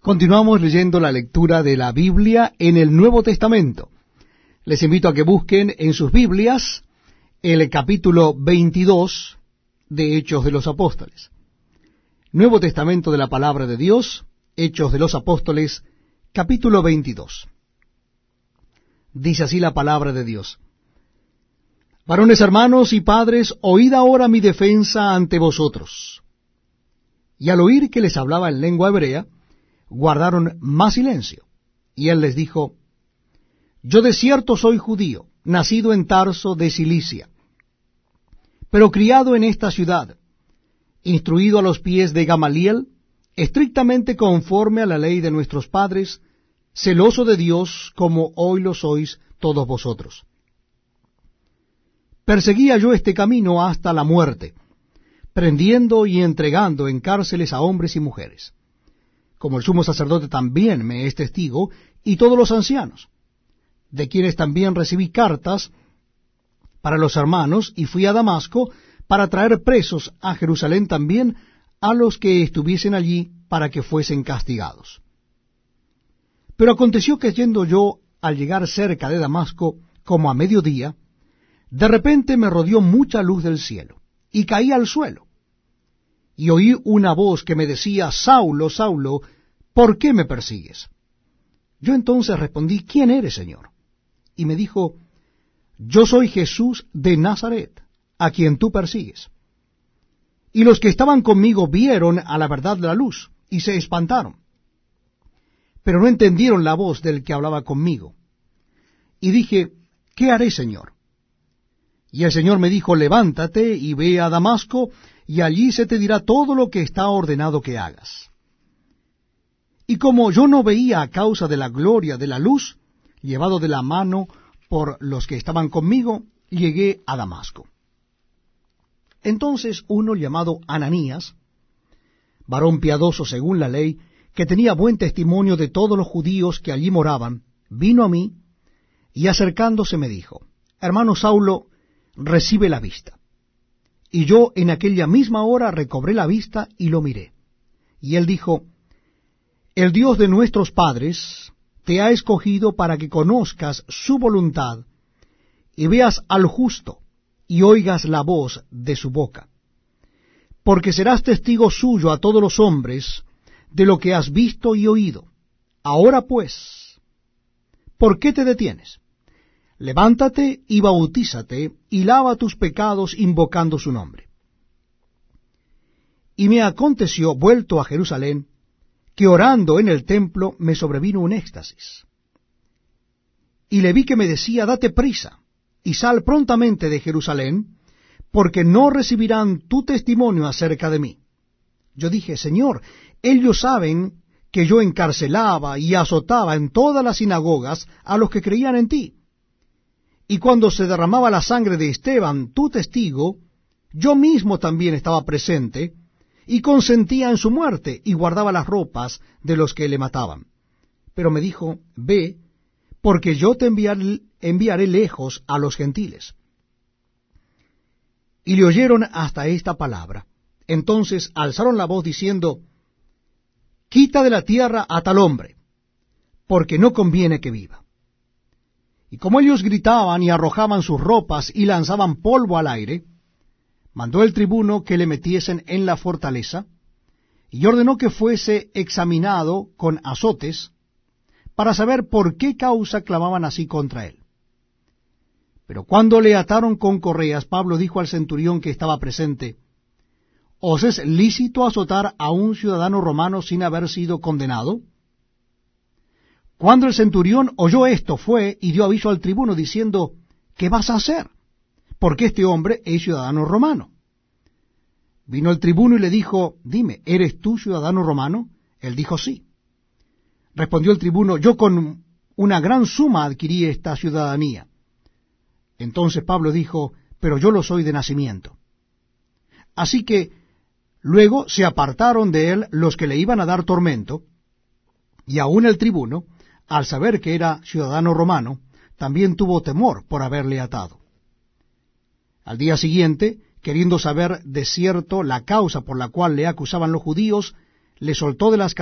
Continuamos leyendo la lectura de la Biblia en el Nuevo Testamento. Les invito a que busquen en sus Biblias el capítulo 22 de Hechos de los Apóstoles. Nuevo Testamento de la Palabra de Dios, Hechos de los Apóstoles, capítulo 22. Dice así la palabra de Dios. Varones hermanos y padres, oíd ahora mi defensa ante vosotros. Y al oír que les hablaba en lengua hebrea, guardaron más silencio. Y él les dijo, yo de cierto soy judío, nacido en Tarso de Cilicia, pero criado en esta ciudad, instruido a los pies de Gamaliel, estrictamente conforme a la ley de nuestros padres, celoso de Dios como hoy lo sois todos vosotros. Perseguía yo este camino hasta la muerte, prendiendo y entregando en cárceles a hombres y mujeres, como el sumo sacerdote también me es testigo, y todos los ancianos, de quienes también recibí cartas para los hermanos, y fui a Damasco para traer presos a Jerusalén también a los que estuviesen allí, para que fuesen castigados. Pero aconteció que yendo yo al llegar cerca de Damasco, como a mediodía, de repente me rodeó mucha luz del cielo, y caí al suelo. Y oí una voz que me decía, Saulo, Saulo, ¿por qué me persigues? Yo entonces respondí, ¿quién eres, Señor? Y me dijo, yo soy Jesús de Nazaret, a quien tú persigues. Y los que estaban conmigo vieron a la verdad la luz, y se espantaron, pero no entendieron la voz del que hablaba conmigo. Y dije, ¿qué haré, Señor? Y el Señor me dijo, levántate y ve a Damasco, y allí se te dirá todo lo que está ordenado que hagas. Y como yo no veía a causa de la gloria de la luz, llevado de la mano por los que estaban conmigo, llegué a Damasco. Entonces uno llamado Ananías, varón piadoso según la ley, que tenía buen testimonio de todos los judíos que allí moraban, vino a mí, y acercándose me dijo, hermano Saulo, recibe la vista. Y yo en aquella misma hora recobré la vista y lo miré. Y él dijo, el Dios de nuestros padres te ha escogido para que conozcas su voluntad, y veas al justo, y oigas la voz de su boca. Porque serás testigo suyo a todos los hombres de lo que has visto y oído. Ahora pues, ¿por qué te detienes? Levántate y bautízate, y lava tus pecados invocando su nombre. Y me aconteció, vuelto a Jerusalén, que orando en el templo me sobrevino un éxtasis. Y le vi que me decía, date prisa, y sal prontamente de Jerusalén, porque no recibirán tu testimonio acerca de mí. Yo dije, Señor, ellos saben que yo encarcelaba y azotaba en todas las sinagogas a los que creían en ti. Y cuando se derramaba la sangre de Esteban, tu testigo, yo mismo también estaba presente, y consentía en su muerte, y guardaba las ropas de los que le mataban. Pero me dijo, ve, porque yo te enviaré lejos a los gentiles. Y le oyeron hasta esta palabra. Entonces alzaron la voz diciendo, quita de la tierra a tal hombre, porque no conviene que viva. Y como ellos gritaban y arrojaban sus ropas y lanzaban polvo al aire, mandó el tribuno que le metiesen en la fortaleza, y ordenó que fuese examinado con azotes, para saber por qué causa clamaban así contra él. Pero cuando le ataron con correas, Pablo dijo al centurión que estaba presente, ¿os es lícito azotar a un ciudadano romano sin haber sido condenado? Cuando el centurión oyó esto, fue y dio aviso al tribuno, diciendo, ¿qué vas a hacer? Porque este hombre es ciudadano romano. Vino el tribuno y le dijo, dime, ¿eres tú ciudadano romano? Él dijo, sí. Respondió el tribuno, yo con una gran suma adquirí esta ciudadanía. Entonces Pablo dijo, pero yo lo soy de nacimiento. Así que luego se apartaron de él los que le iban a dar tormento, y aun el tribuno, al saber que era ciudadano romano, también tuvo temor por haberle atado. Al día siguiente, queriendo saber de cierto la causa por la cual le acusaban los judíos, le soltó de las